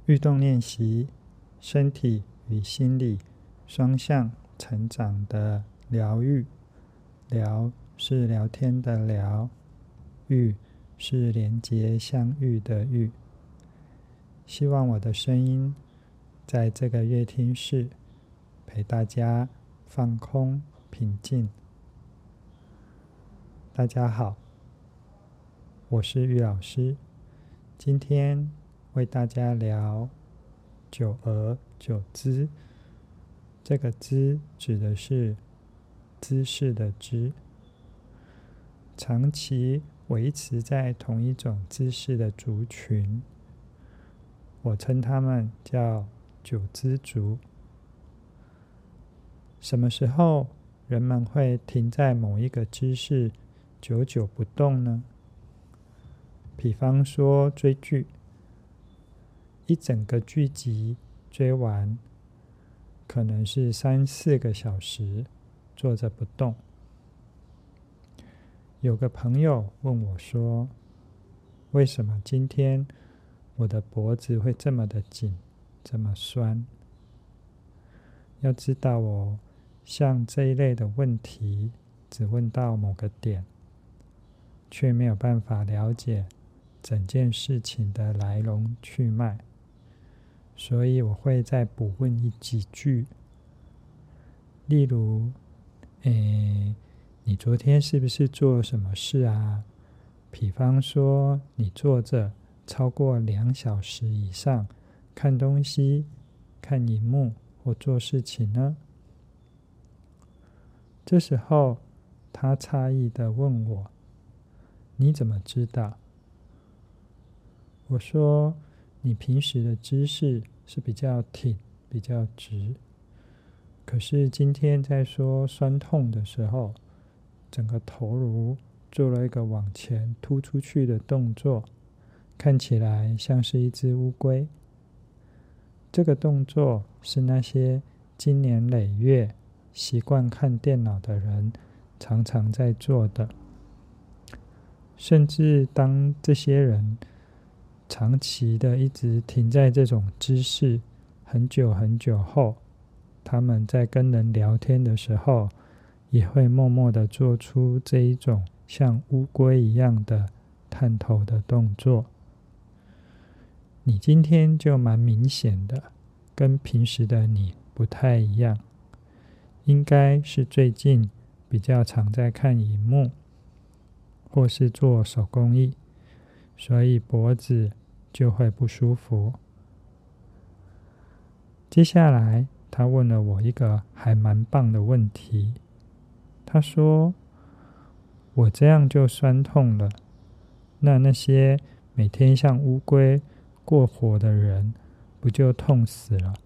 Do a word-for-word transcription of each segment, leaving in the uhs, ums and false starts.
运动练习，身体与心理双向成长的疗愈。聊是聊天的聊，愈是连结相遇的愈。希望我的声音在这个乐听室陪大家放空平静。大家好，我是玉老师，今天为大家聊久而久之。这个姿指的是姿势的姿，长期维持在同一种姿势的族群，我称他们叫久姿族。什么时候人们会停在某一个姿势久久不动呢？比方说追剧，一整个剧集追完，可能是三四个小时坐着不动。有个朋友问我说，为什么今天我的脖子会这么的紧，这么酸？要知道哦，像这一类的问题，只问到某个点，却没有办法了解整件事情的来龙去脉，所以我会再补问一几句。例如，诶，你昨天是不是做了什么事啊？比方说，你坐着超过两小时以上，看东西、看荧幕或做事情呢？这时候，他诧异地问我，你怎么知道？我说，你平时的姿势是比较挺、比较直，可是今天在说酸痛的时候，整个头颅做了一个往前突出去的动作，看起来像是一只乌龟。这个动作是那些经年累月习惯看电脑的人常常在做的。甚至当这些人长期的一直停在这种姿势很久很久后，他们在跟人聊天的时候，也会默默地做出这一种像乌龟一样的探头的动作。你今天就蛮明显的，跟平时的你不太一样，应该是最近比较常在看荧幕，或是做手工艺，所以脖子就会不舒服。接下来，他问了我一个还蛮棒的问题。他说，我这样就酸痛了，那那些每天像乌龟过活的人，不就痛死了？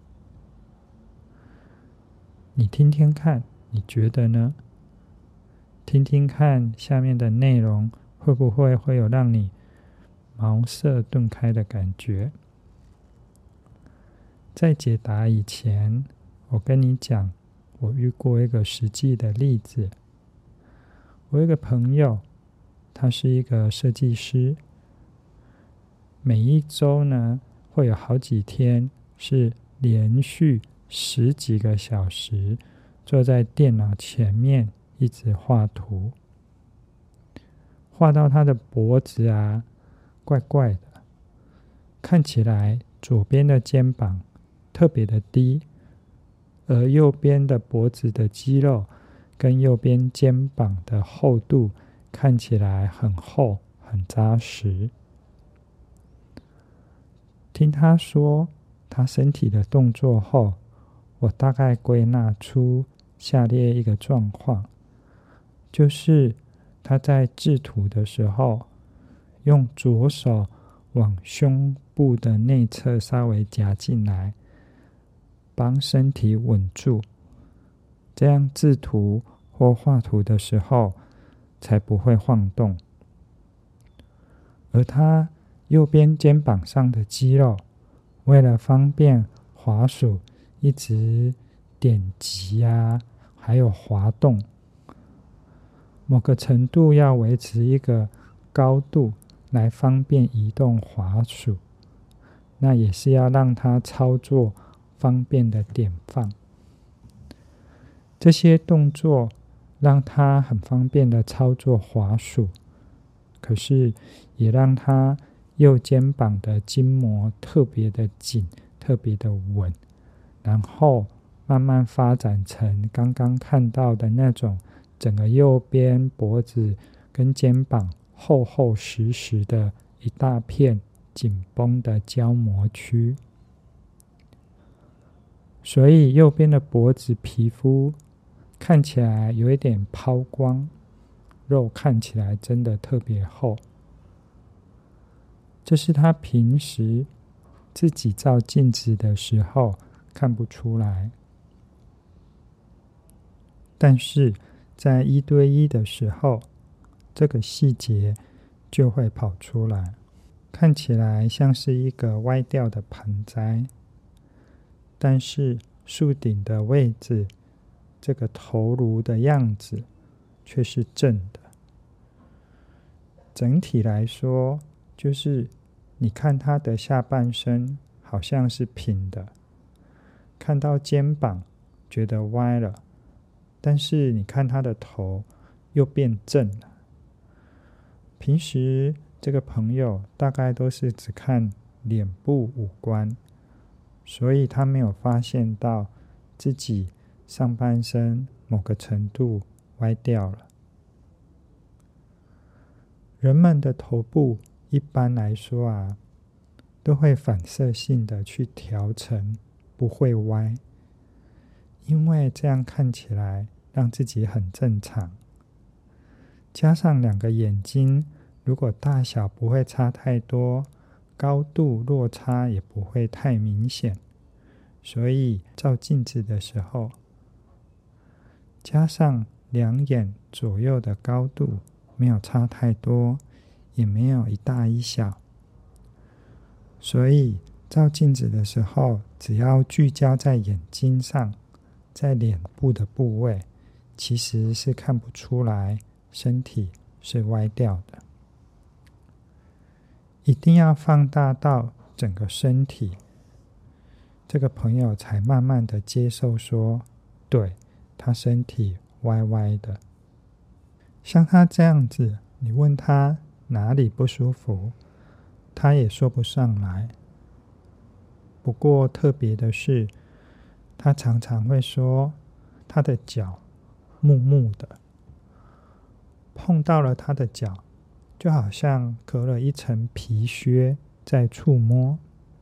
你听听看，你觉得呢？听听看下面的内容，会不会会有让你茅塞顿开的感觉？在解答以前，我跟你讲，我遇过一个实际的例子。我有一个朋友，他是一个设计师，每一周呢，会有好几天是连续十几个小时坐在电脑前面一直画图，画到他的脖子啊怪怪的，看起来左边的肩膀特别的低，而右边的脖子的肌肉跟右边肩膀的厚度看起来很厚很扎实。听他说他身体的动作后，我大概归纳出下列一个状况，就是他在制图的时候，用左手往胸部的内侧稍微夹进来，帮身体稳住，这样制图或画图的时候才不会晃动。而他右边肩膀上的肌肉，为了方便滑鼠一直点击啊，还有滑动，某个程度要维持一个高度来方便移动滑鼠， 那也是要让他操作方便的点放。这些动作让他很方便的操作滑鼠，可是也让他右肩膀的筋膜特别的紧，特别的稳，然后慢慢发展成刚刚看到的那种整个右边脖子跟肩膀厚厚实实的一大片紧绷的胶膜区。所以右边的脖子皮肤看起来有一点抛光，肉看起来真的特别厚。这是他平时自己照镜子的时候看不出来，但是在一对一的时候，这个细节就会跑出来，看起来像是一个歪掉的盆栽，但是树顶的位置，这个头颅的样子却是正的。整体来说，就是你看他的下半身好像是平的，看到肩膀觉得歪了，但是你看他的头又变正了。平时这个朋友大概都是只看脸部五官，所以他没有发现到自己上半身某个程度歪掉了。人们的头部一般来说啊，都会反射性的去调成不会歪，因为这样看起来让自己很正常。加上两个眼睛如果大小不会差太多，高度落差也不会太明显，所以照镜子的时候，加上两眼左右的高度没有差太多，也没有一大一小，所以照镜子的时候，只要聚焦在眼睛上，在脸部的部位，其实是看不出来身体是歪掉的。一定要放大到整个身体，这个朋友才慢慢的接受说，对，他身体歪歪的。像他这样子，你问他哪里不舒服，他也说不上来。不过特别的是，他常常会说他的脚木木的，碰到了他的脚就好像隔了一层皮靴在触摸。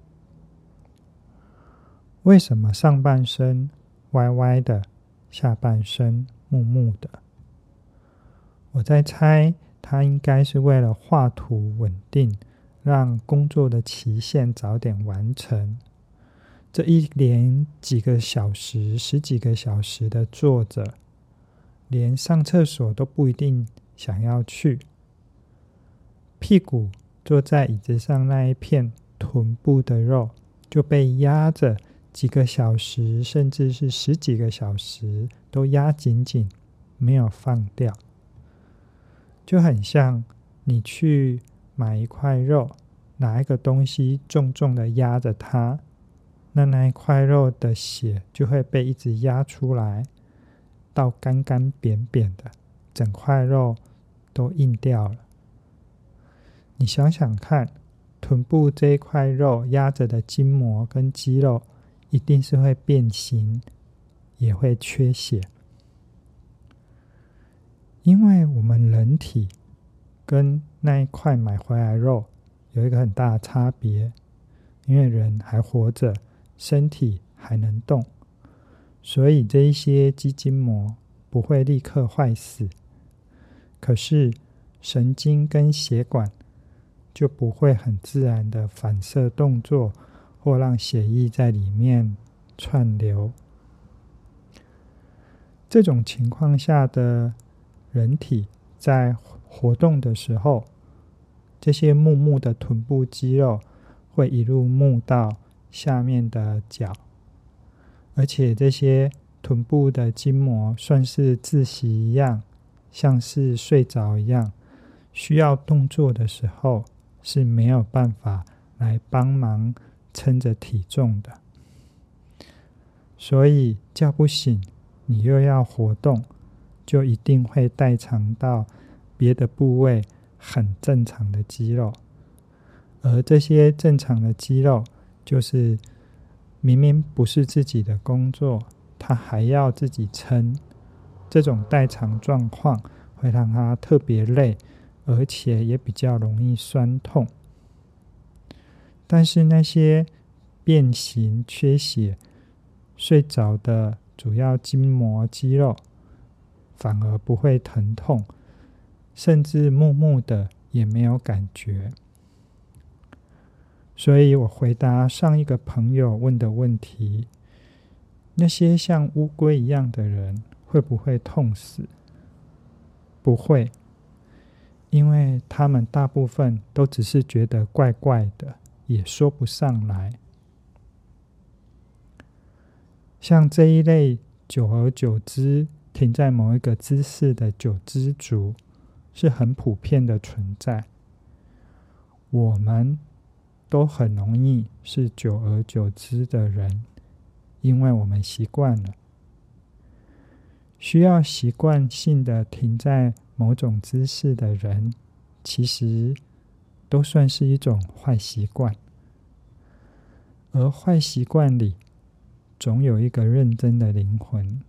为什么上半身歪歪的，下半身木木的？我在猜，他应该是为了画图稳定，让工作的期限早点完成。这一连几个小时，十几个小时的坐着，连上厕所都不一定想要去。屁股坐在椅子上那一片臀部的肉就被压着几个小时，甚至是十几个小时都压紧紧，没有放掉。就很像你去买一块肉，拿一个东西重重的压着它，那那一块肉的血就会被一直压出来，到干干扁扁的，整块肉都硬掉了。你想想看，臀部这一块肉压着的筋膜跟肌肉一定是会变形，也会缺血。因为我们人体跟那一块买回来肉有一个很大的差别，因为人还活着，身体还能动，所以这一些肌筋膜不会立刻坏死，可是神经跟血管就不会很自然的反射动作，或让血液在里面串流。这种情况下的人体在活动的时候，这些木木的臀部肌肉会一路木到下面的脚，而且这些臀部的筋膜算是窒息一样，像是睡着一样，需要动作的时候是没有办法来帮忙撑着体重的。所以叫不醒，你又要活动，就一定会代偿到别的部位很正常的肌肉，而这些正常的肌肉就是明明不是自己的工作，他还要自己撑，这种代偿状况会让他特别累，而且也比较容易酸痛。但是那些变形、缺血、睡着的主要筋膜肌肉反而不会疼痛，甚至木木的也没有感觉。所以我回答上一个朋友问的问题，那些像乌龟一样的人会不会痛死？不会，因为他们大部分都只是觉得怪怪的，也说不上来。像这一类久而久之停在某一个姿势的久姿族是很普遍的存在，我们都很容易是久而久之的人，因为我们习惯了。需要习惯性的停在某种姿势的人，其实都算是一种坏习惯。而坏习惯里总有一个认真的灵魂。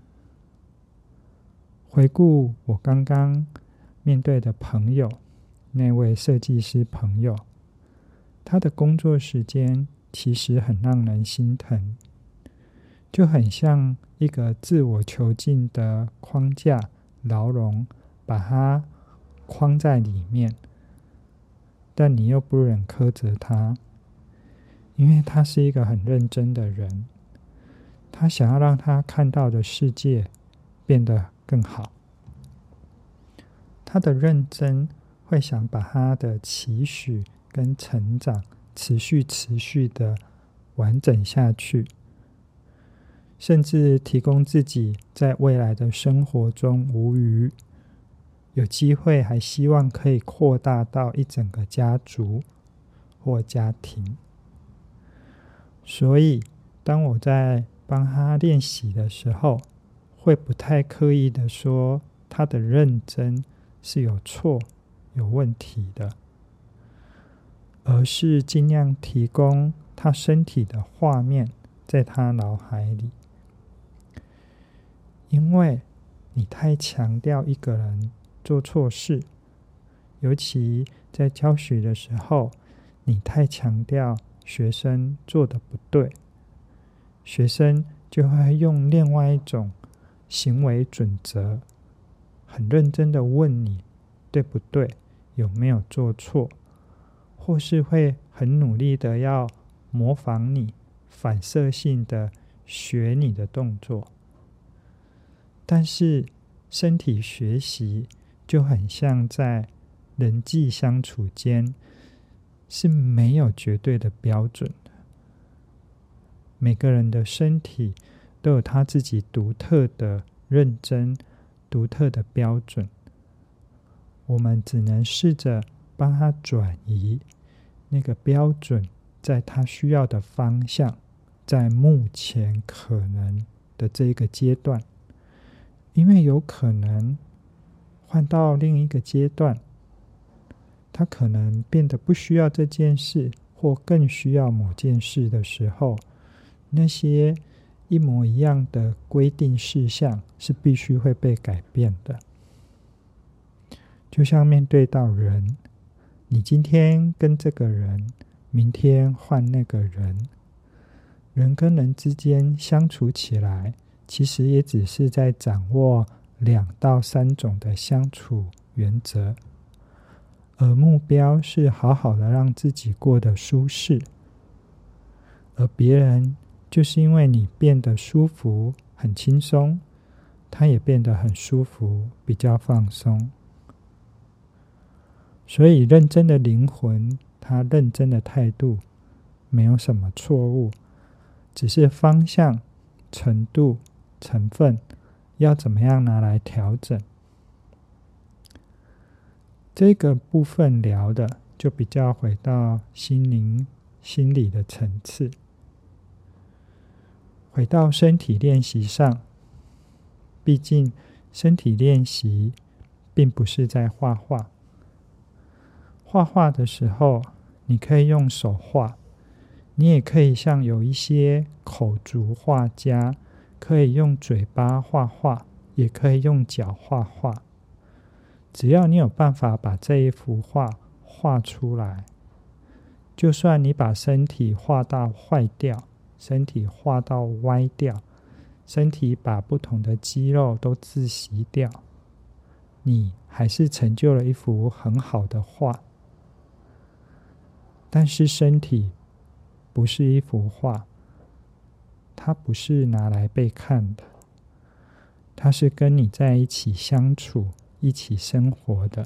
回顾我刚刚面对的朋友，那位设计师朋友，他的工作时间其实很让人心疼，就很像一个自我囚禁的框架牢笼，把它框在里面，但你又不忍苛责他，因为他是一个很认真的人，他想要让他看到的世界变得更好。他的认真会想把他的期许跟成长持续持续的完整下去，甚至提供自己在未来的生活中无虞，有机会还希望可以扩大到一整个家族或家庭。所以当我在帮他练习的时候，会不太刻意的说他的认真是有错有问题的，而是尽量提供他身体的画面在他脑海里。因为你太强调一个人做错事，尤其在教学的时候，你太强调学生做的不对，学生就会用另外一种行为准则，很认真的问你对不对，有没有做错，或是会很努力的要模仿你，反射性的学你的动作。但是身体学习就很像在人际相处间是没有绝对的标准的，每个人的身体都有他自己独特的认真、独特的标准，我们只能试着帮他转移那个标准在他需要的方向，在目前可能的这个阶段，因为有可能换到另一个阶段，他可能变得不需要这件事，或更需要某件事的时候，那些一模一样的规定事项是必须会被改变的。就像面对到人，你今天跟这个人，明天换那个人，人跟人之间相处起来，其实也只是在掌握两到三种的相处原则，而目标是好好的让自己过得舒适，而别人就是因为你变得舒服很轻松，他也变得很舒服比较放松。所以认真的灵魂，他认真的态度没有什么错误，只是方向、程度、成分要怎么样拿来调整。这个部分聊的就比较回到心灵心理的层次。回到身体练习上，毕竟身体练习并不是在画画。画画的时候，你可以用手画，你也可以像有一些口足画家，可以用嘴巴画画，也可以用脚画画。只要你有办法把这一幅画画出来，就算你把身体画到坏掉，身体画到歪掉，身体把不同的肌肉都窒息掉，你还是成就了一幅很好的画。但是身体不是一幅画，它不是拿来被看的，它是跟你在一起相处、一起生活的。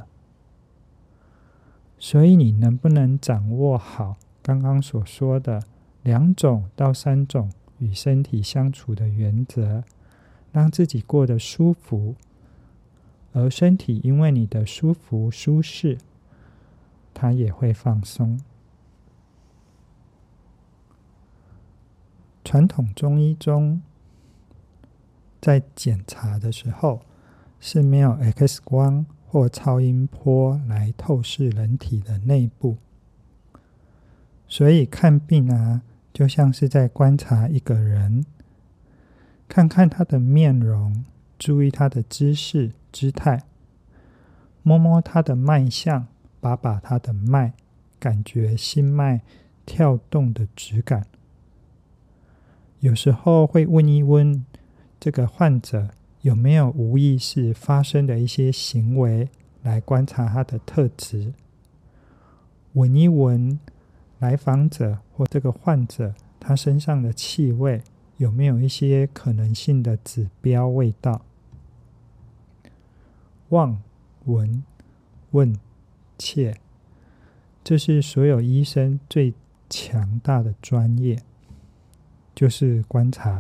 所以你能不能掌握好刚刚所说的两种到三种与身体相处的原则，让自己过得舒服，而身体因为你的舒服舒适，它也会放松。传统中医中，在检查的时候是没有 X 光或超音波来透视人体的内部，所以看病啊，就像是在观察一个人，看看他的面容，注意他的姿势、姿态，摸摸他的脉象，把把他的脉，感觉心脉跳动的质感。有时候会问一问这个患者有没有无意识发生的一些行为，来观察他的特质。闻一闻来访者或这个患者他身上的气味，有没有一些可能性的指标味道。望、闻、问、切，这是所有医生最强大的专业，就是观察。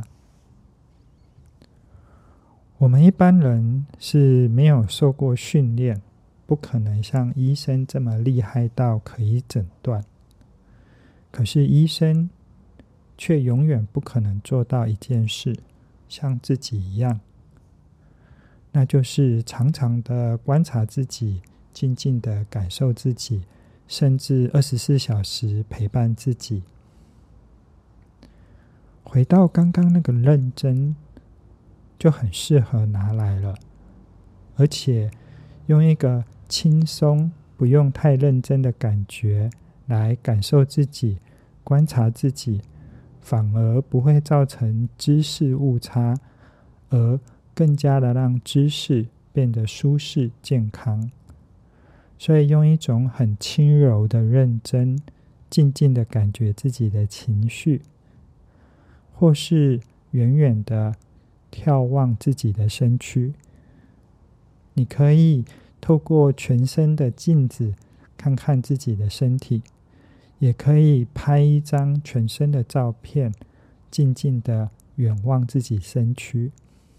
我们一般人是没有受过训练，不可能像医生这么厉害到可以诊断。可是医生却永远不可能做到一件事，像自己一样，那就是常常的观察自己，静静的感受自己，甚至二十四小时陪伴自己。回到刚刚那个认真，就很适合拿来了，而且用一个轻松、不用太认真的感觉来感受自己、观察自己，反而不会造成知识误差，而更加的让知识变得舒适健康。所以用一种很轻柔的认真，静静的感觉自己的情绪，或是远远的眺望自己的身躯。你可以透过全身的镜子看看自己的身体，也可以拍一张全身的照片，静静的远望自己身躯。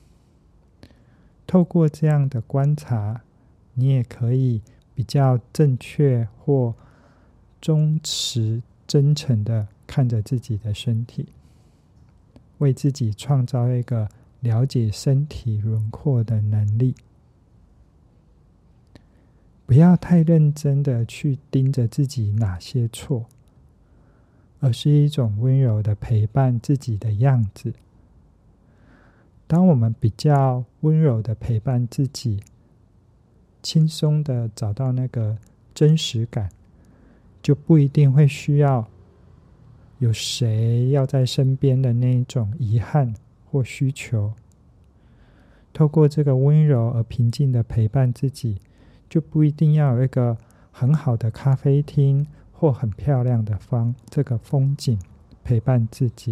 透过这样的观察，你也可以比较正确或忠实真诚的看着自己的身体，为自己创造一个了解身体轮廓的能力。不要太认真的去盯着自己哪些错，而是一种温柔的陪伴自己的样子。当我们比较温柔的陪伴自己，轻松的找到那个真实感，就不一定会需要有谁要在身边的那一种遗憾或需求。透过这个温柔而平静的陪伴自己，就不一定要有一个很好的咖啡厅或很漂亮的方这个风景陪伴自己。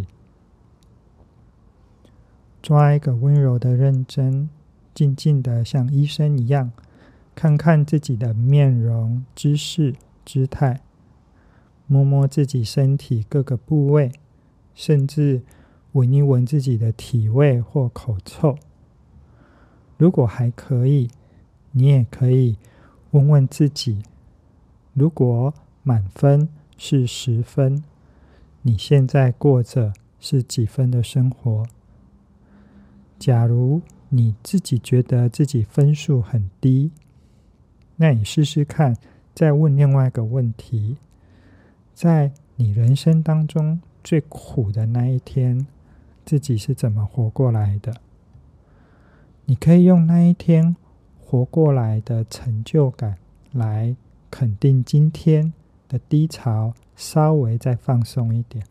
抓一个温柔的认真，静静的像医生一样，看看自己的面容、姿势、姿态，摸摸自己身体各个部位，甚至闻一闻自己的体味或口臭。如果还可以，你也可以问问自己，如果满分是十分， 你现在过着是几分的生活。假如你自己觉得自己分数很低，那你试试看，再问另外一个问题：在你人生当中最苦的那一天，自己是怎么活过来的？你可以用那一天活过来的成就感来肯定今天的低潮，稍微再放松一点。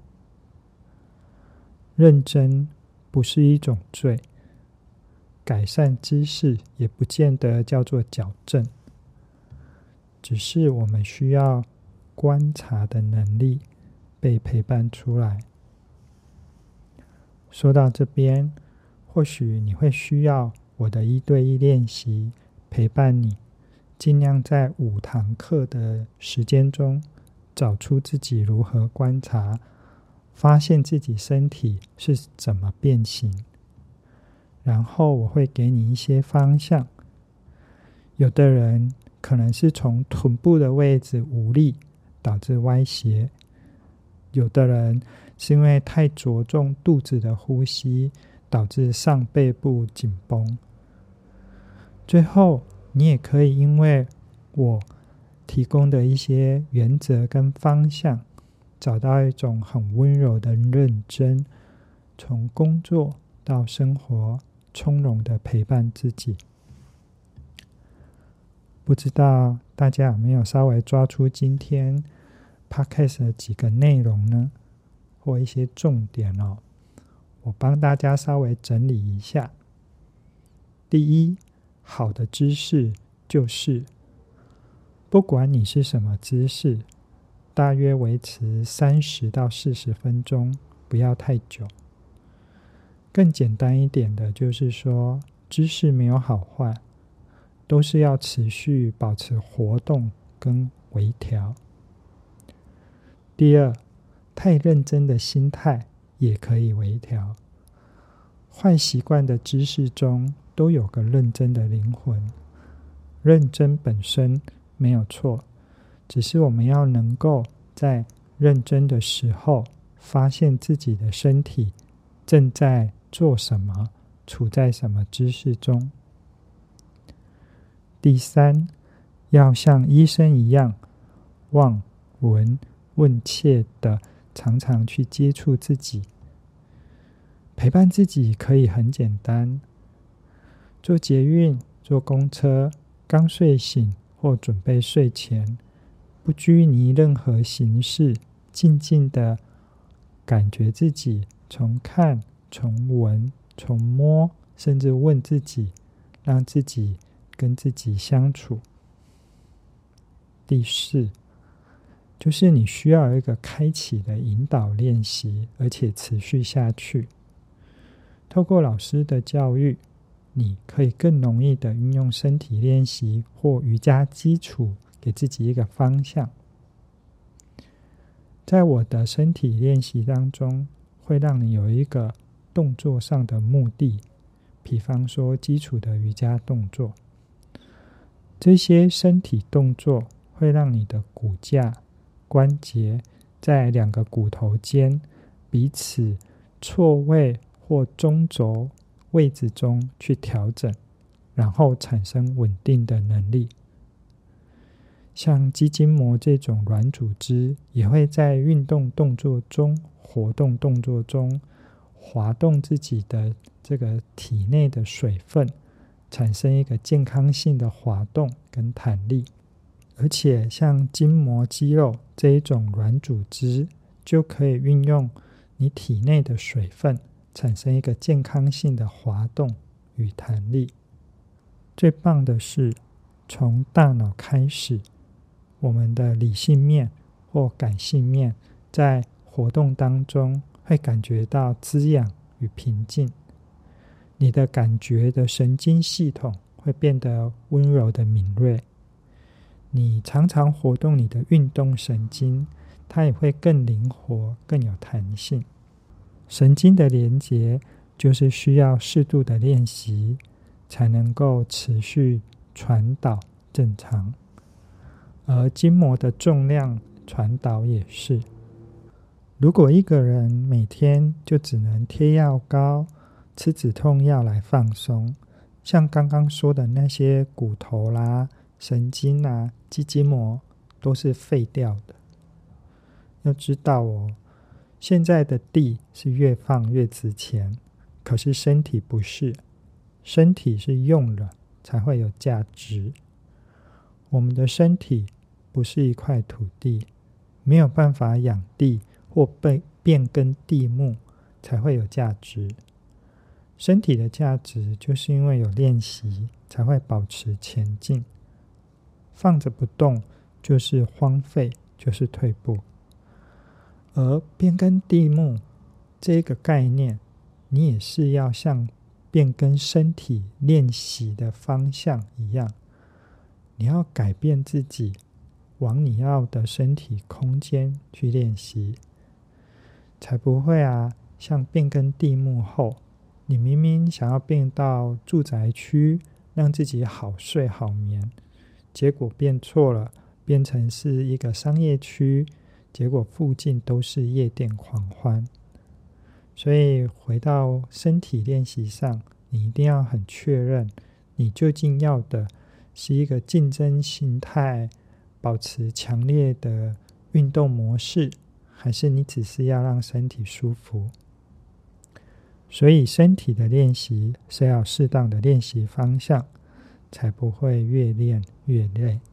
认真不是一种罪，改善知识也不见得叫做矫正，只是我们需要观察的能力被陪伴出来。说到这边，或许你会需要我的一对一练习陪伴你，尽量在五堂课的时间中找出自己如何观察，发现自己身体是怎么变形，然后我会给你一些方向。有的人可能是从臀部的位置无力导致歪斜，有的人是因为太着重肚子的呼吸导致上背部紧绷。最后你也可以因为我提供的一些原则跟方向，找到一种很温柔的认真，从工作到生活从容的陪伴自己。不知道大家有没有稍微抓出今天 Podcast 的几个内容呢？或一些重点哦，我帮大家稍微整理一下。第一，好的姿势就是不管你是什么姿势，大约维持三十到四十分钟，不要太久。更简单一点的就是说，姿势没有好坏，都是要持续保持活动跟微调。第二，太认真的心态也可以微调。坏习惯的姿势中都有个认真的灵魂，认真本身没有错，只是我们要能够在认真的时候发现自己的身体正在做什么，处在什么姿势中。第三，要像医生一样望闻问切的常常去接触自己。陪伴自己可以很简单，坐捷运、坐公车，刚睡醒或准备睡前，不拘泥任何形式，静静的感觉自己，从看、从闻、从摸，甚至问自己，让自己跟自己相处。第四，就是你需要有一个开启的引导练习，而且持续下去。透过老师的教育，你可以更容易的运用身体练习或瑜伽基础，给自己一个方向。在我的身体练习当中，会让你有一个动作上的目的，比方说基础的瑜伽动作。这些身体动作会让你的骨架、关节在两个骨头间彼此错位或中轴位置中去调整，然后产生稳定的能力。像肌筋膜这种软组织也会在运动动作中、活动动作中滑动自己的这个体内的水分，产生一个健康性的滑动跟弹力。而且像筋膜肌肉这一种软组织，就可以运用你体内的水分，产生一个健康性的滑动与弹力。最棒的是，从大脑开始，我们的理性面或感性面在活动当中会感觉到滋养与平静。你的感觉的神经系统会变得温柔的敏锐。你常常活动你的运动神经，它也会更灵活、更有弹性。神经的连结就是需要适度的练习，才能够持续传导正常。而筋膜的重量传导也是。 如果一个人每天就只能贴药膏、吃止痛药来放松，像刚刚说的那些骨头啦、神经啦、肌筋膜都是废掉的。要知道哦，现在的地是越放越值钱，可是身体不是，身体是用了才会有价值。我们的身体不是一块土地，没有办法养地或被变更地目才会有价值。身体的价值就是因为有练习才会保持前进，放着不动就是荒废，就是退步。而变更地目这个概念，你也是要像变更身体练习的方向一样，你要改变自己，往你要的身体空间去练习，才不会啊，像变更地目后，你明明想要变到住宅区，让自己好睡好眠，结果变错了，变成是一个商业区，结果附近都是夜店狂欢。所以回到身体练习上，你一定要很确认，你究竟要的是一个竞争心态，保持强烈的运动模式，还是你只是要让身体舒服。所以身体的练习是要适当的练习方向，才不会越练越累。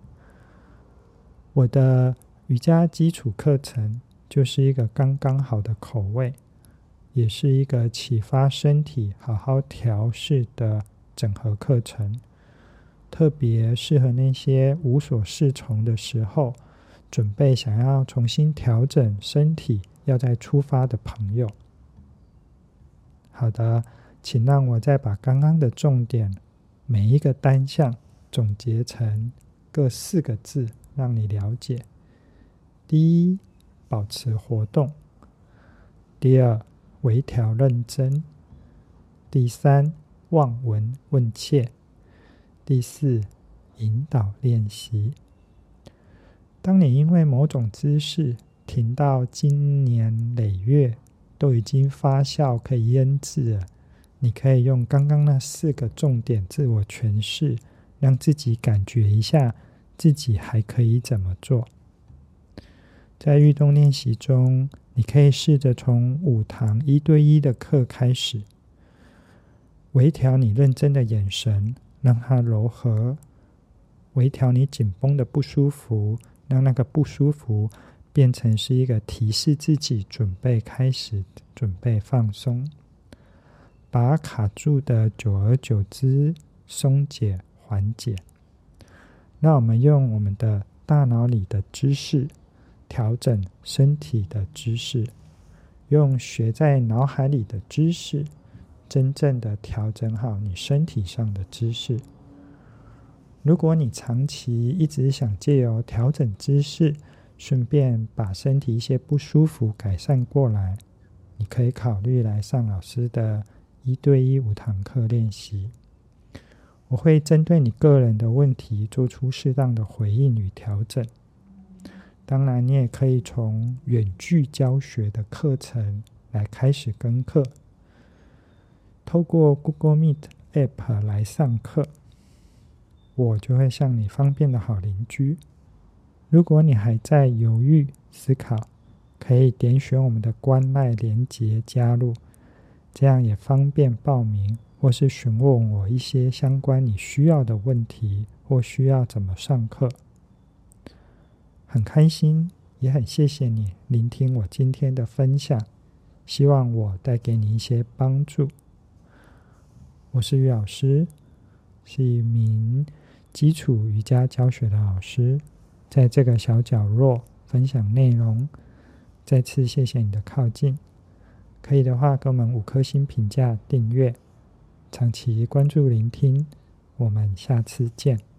我的瑜伽基础课程就是一个刚刚好的口味，也是一个启发身体好好调试的整合课程，特别适合那些无所适从的时候，准备想要重新调整身体要再出发的朋友。好的，请让我再把刚刚的重点每一个单项总结成各四个字，让你了解。第一，保持活动；第二，微调认真；第三，望闻问切；第四，引导练习。当你因为某种姿势停到经年累月，都已经发酵可以腌制了，你可以用刚刚那四个重点自我诠释，让自己感觉一下自己还可以怎么做。在运动练习中，你可以试着从五堂一对一的课开始，微调你认真的眼神，让它柔和；微调你紧绷的不舒服，让那个不舒服变成是一个提示自己准备开始，准备放松。把卡住的久而久之松解缓解。那我们用我们的大脑里的知识调整身体的知识，用学在脑海里的知识真正的调整好你身体上的知识。如果你长期一直想借由调整姿势，顺便把身体一些不舒服改善过来，你可以考虑来上老师的一对一五堂课练习。我会针对你个人的问题做出适当的回应与调整。当然，你也可以从远距教学的课程来开始跟课，透过 Google Meet App 来上课，我就会像你方便的好邻居。如果你还在犹豫思考，可以点选我们的官赖连结加入，这样也方便报名或是询问我一些相关你需要的问题，或需要怎么上课。很开心，也很谢谢你聆听我今天的分享，希望我带给你一些帮助。我是于老师，是一名基础瑜伽教学的老师，在这个小角落分享内容。再次谢谢你的靠近，可以的话给我们五颗星评价订阅，长期关注聆听，我们下次见。